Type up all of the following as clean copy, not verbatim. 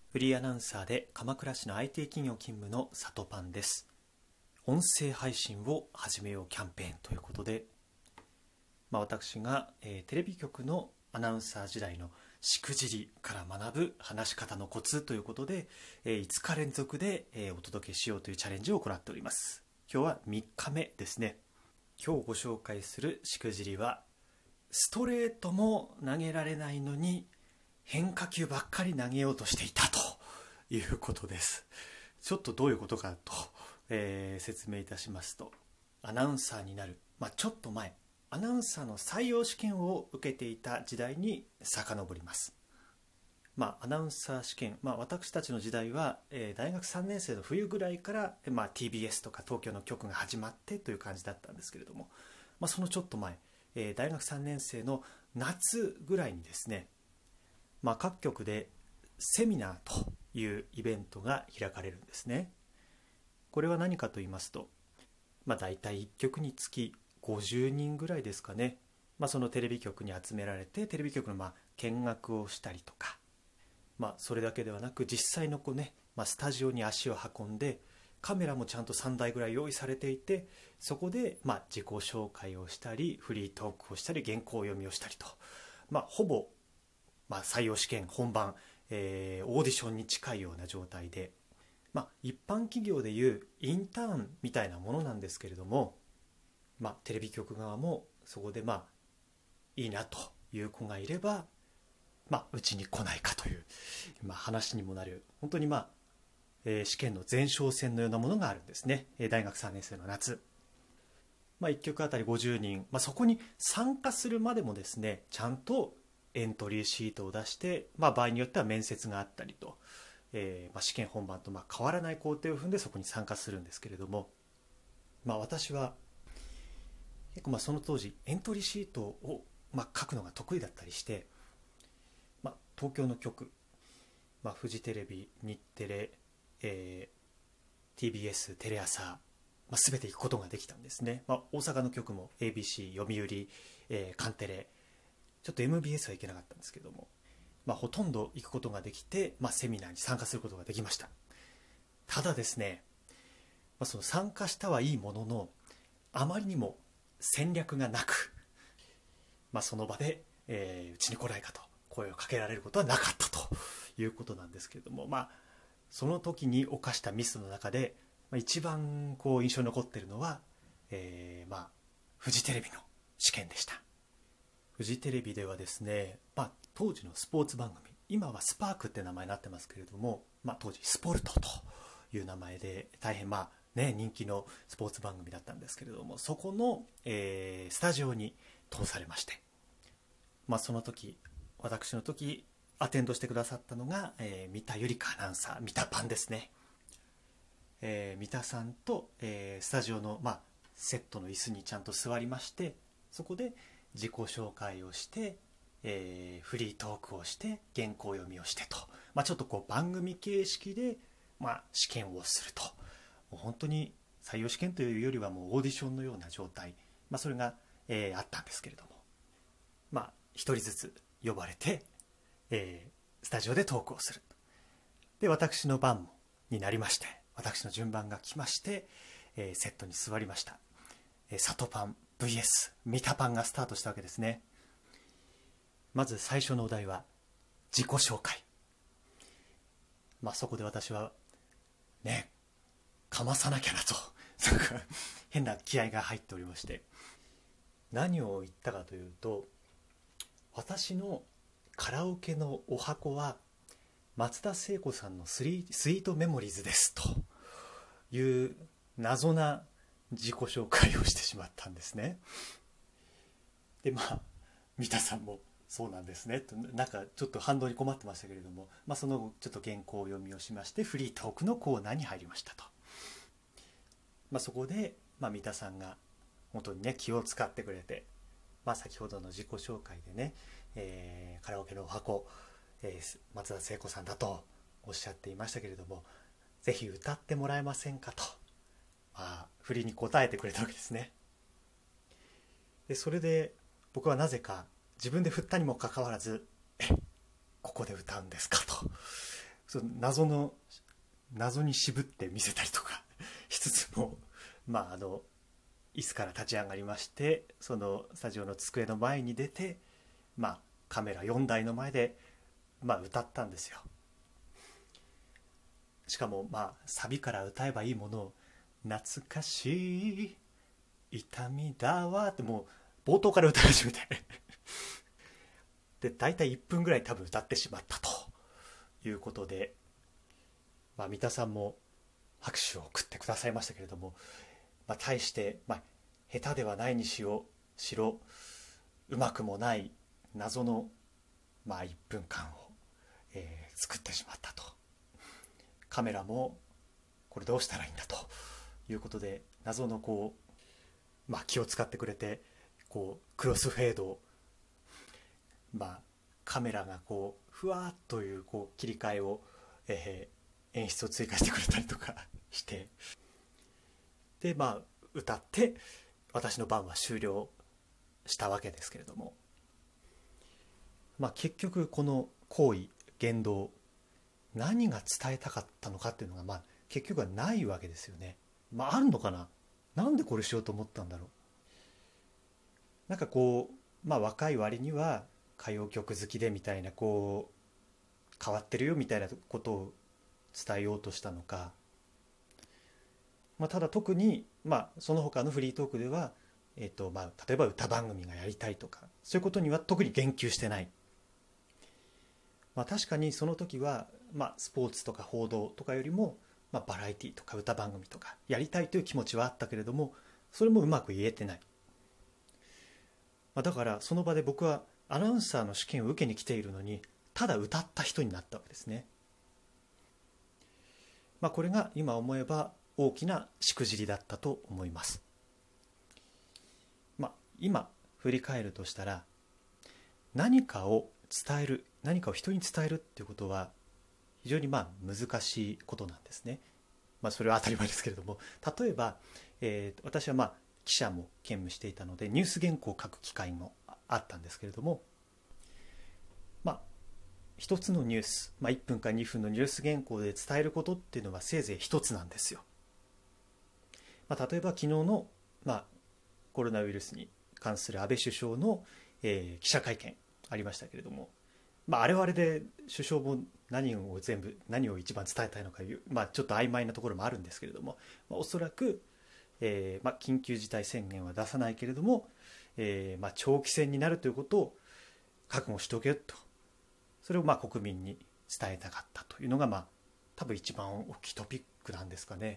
フリーアナウンサーで鎌倉市の IT 企業勤務のさとパンです。音声配信を始めようキャンペーンということで、私が、テレビ局のアナウンサー時代のしくじりから学ぶ話し方のコツということで、5日連続で、お届けしようというチャレンジを行っております。今日は3日目ですね。今日ご紹介するしくじりは、ストレートも投げられないのに変化球ばっかり投げようとしていたということです。ちょっとどういうことかと、説明いたしますと、アナウンサーになる、ちょっと前、アナウンサーの採用試験を受けていた時代に遡ります。アナウンサー試験、私たちの時代は、大学3年生の冬ぐらいから、TBS とか東京の局が始まってという感じだったんですけれども、そのちょっと前、大学3年生の夏ぐらいにですね、各局でセミナーというイベントが開かれるんですね。これは何かと言いますと、大体1局につき50人ぐらいですかね、そのテレビ局に集められて、テレビ局の見学をしたりとか、それだけではなく実際のスタジオに足を運んで、カメラもちゃんと3台ぐらい用意されていて、そこで自己紹介をしたり、フリートークをしたり、原稿読みをしたりと、ほぼ採用試験本番、オーディションに近いような状態で、一般企業でいうインターンみたいなものなんですけれども、テレビ局側もそこでいいなという子がいれば、うちに来ないかという、話にもなる、本当に試験の前哨戦のようなものがあるんですね。大学3年生の夏、1局あたり50人、そこに参加するまでもですね、ちゃんとエントリーシートを出して、場合によっては面接があったりと、試験本番と変わらない工程を踏んでそこに参加するんですけれども、私は結構その当時エントリーシートを書くのが得意だったりして、東京の局、フジテレビ、日テレ、TBS、テレ朝、全て行くことができたんですね。大阪の局も ABC、読売、カンテレ、ちょっと MBS は行けなかったんですけども、ほとんど行くことができて、セミナーに参加することができました。ただですね、その参加したはいいものの、あまりにも戦略がなく、その場で、うちに来ないかと声をかけられることはなかったということなんですけれども、その時に犯したミスの中で、一番印象に残っているのは、フジテレビの試験でした。フジテレビではですね、当時のスポーツ番組、今はスパークって名前になってますけれども、当時スポルトという名前で大変人気のスポーツ番組だったんですけれども、そこの、スタジオに通されまして、その時、私の時アテンドしてくださったのが、三田ゆりかアナウンサー、三田パンですね。三田さんと、スタジオの、セットの椅子にちゃんと座りまして、そこで自己紹介をして、フリートークをして原稿読みをしてと、ちょっと番組形式で、試験をすると、もう本当に採用試験というよりはもうオーディションのような状態、それが、あったんですけれども、一人ずつ呼ばれて、スタジオでトークをする。で、私の番になりまして、私の順番が来まして、セットに座りました。サトパン VS ミタパンがスタートしたわけですね。まず最初のお題は自己紹介。そこで私はかまさなきゃなと変な気合が入っておりまして、何を言ったかというと、私のカラオケのお箱は松田聖子さんのスイートメモリーズですという謎な自己紹介をしてしまったんですね。で三田さんもそうなんですねと、ちょっと反応に困ってましたけれども、その後ちょっと原稿読みをしまして、フリートークのコーナーに入りましたと。そこで、三田さんが本当に気を使ってくれて、先ほどの自己紹介でカラオケのお箱、松田聖子さんだとおっしゃっていましたけれども、ぜひ歌ってもらえませんかと、振りに答えてくれたわけですね。でそれで僕はなぜか自分で振ったにもかかわらず、ここで歌うんですかと、 その謎に渋って見せたりとかしつつも、椅子から立ち上がりまして、そのスタジオの机の前に出て、カメラ4台の前で、歌ったんですよ。しかもサビから歌えばいいものを、懐かしい痛みだわってもう冒頭から歌い始めてで大体1分ぐらい多分歌ってしまったということで、三田さんも拍手を送ってくださいましたけれども、対して、下手ではないにしろうまくもない謎の、1分間を、作ってしまったと。カメラもこれどうしたらいいんだということで、謎の気を使ってくれて、クロスフェードを、カメラがふわっという切り替えを、演出を追加してくれたりとかしてで歌って私の番は終了したわけですけれども、結局この行為言動何が伝えたかったのかっていうのが結局はないわけですよね。あるのかな。なんでこれしようと思ったんだろう。なんか若い割には歌謡曲好きでみたいな変わってるよみたいなことを伝えようとしたのか、ただ特に、その他のフリートークでは、例えば歌番組がやりたいとかそういうことには特に言及してない。確かにその時は、スポーツとか報道とかよりも、バラエティとか歌番組とかやりたいという気持ちはあったけれども、それもうまく言えてない。だからその場で僕はアナウンサーの試験を受けに来ているのに、ただ歌った人になったわけですね。これが今思えば大きなしくじりだったと思います。今振り返るとしたら、何かを伝える、何かを人に伝えるっていうことは非常に難しいことなんですね。それは当たり前ですけれども、例えば、私は記者も兼務していたのでニュース原稿を書く機会もあったんですけれども、一つのニュース、1分か2分のニュース原稿で伝えることっていうのはせいぜい一つなんですよ。例えば昨日の、コロナウイルスに関する安倍首相の、記者会見ありましたけれども、あれはあれで首相も何を一番伝えたいのかいう、ちょっと曖昧なところもあるんですけれども、おそらく、緊急事態宣言は出さないけれども、長期戦になるということを覚悟しておけと、それを国民に伝えたかったというのが多分一番大きいトピックなんですかね。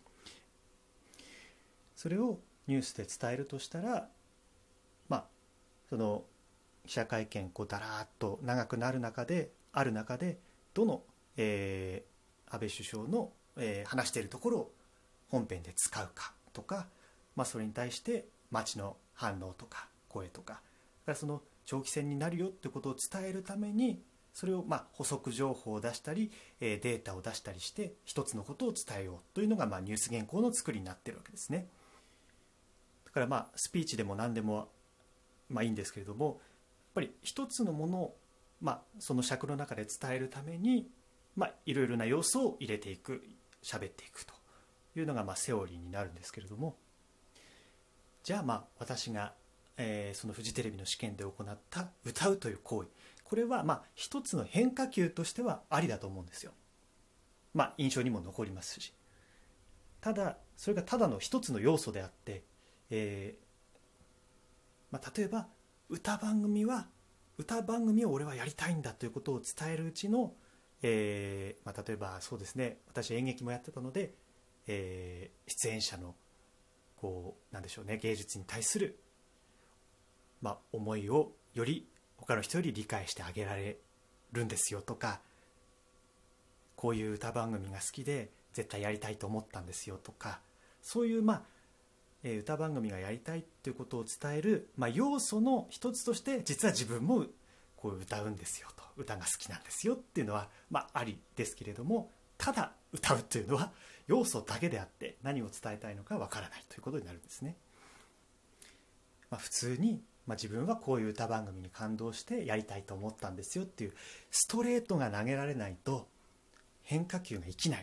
それをニュースで伝えるとしたら、その記者会見だらーっと長くなる中でどの、安倍首相の、話しているところを本編で使うかとか、それに対して街の反応とか声とか、その長期戦になるよってことを伝えるために、それを補足情報を出したり、データを出したりして一つのことを伝えようというのがニュース原稿の作りになっているわけですね。だからスピーチでも何でもいいんですけれども、やっぱり一つのものを、その尺の中で伝えるために、いろいろな要素を入れていく、喋っていくというのがセオリーになるんですけれども、じゃあ私が、そのフジテレビの試験で行った歌うという行為、これは一つの変化球としてはありだと思うんですよ。印象にも残りますし、ただそれがただの一つの要素であって、例えば歌番組を俺はやりたいんだということを伝えるうちの、例えばそうですね、私演劇もやってたので、出演者のなんでしょうね、芸術に対する、思いをより他の人より理解してあげられるんですよとか、こういう歌番組が好きで絶対やりたいと思ったんですよとか、そういう歌番組がやりたいということを伝える、要素の一つとして、実は自分も歌うんですよと、歌が好きなんですよっていうのはありですけれども、ただ歌うというのは要素だけであって何を伝えたいのかわからないということになるんですね。普通に、自分はこういう歌番組に感動してやりたいと思ったんですよっていうストレートが投げられないと、 変化球が生きない、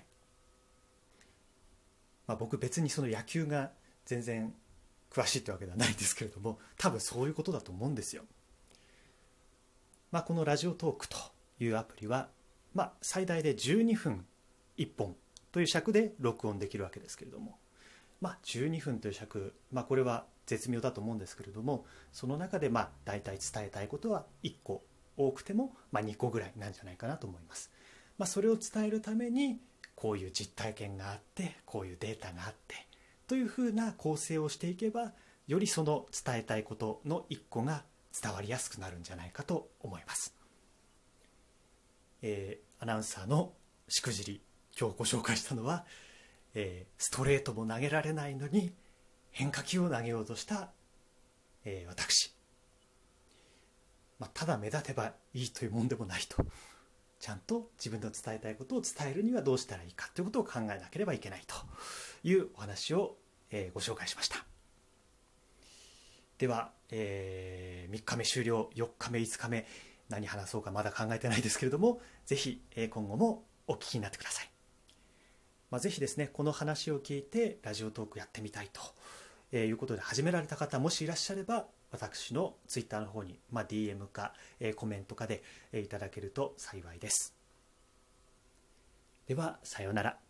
僕別にその野球が全然詳しいってわけではないんですけれども、多分そういうことだと思うんですよ。このラジオトークというアプリは、最大で12分1本という尺で録音できるわけですけれども、12分という尺、これは絶妙だと思うんですけれども、その中で大体伝えたいことは1個、多くても2個ぐらいなんじゃないかなと思います。それを伝えるためにこういう実体験があって、こういうデータがあってというふうな構成をしていけば、よりその伝えたいことの1個が伝わりやすくなるんじゃないかと思います。アナウンサーのしくじり、今日ご紹介したのは、ストレートも投げられないのに変化球を投げようとした、私、ただ目立てばいいというもんでもないと、ちゃんと自分の伝えたいことを伝えるにはどうしたらいいかということを考えなければいけないというお話を、ご紹介しました。では、3日目終了、4日目5日目、何話そうかまだ考えてないですけれども、ぜひ今後もお聞きになってください。ぜひですね、この話を聞いてラジオトークやってみたいということで始められた方もしいらっしゃれば、私のツイッターの方に、DM かコメントかでいただけると幸いです。ではさようなら。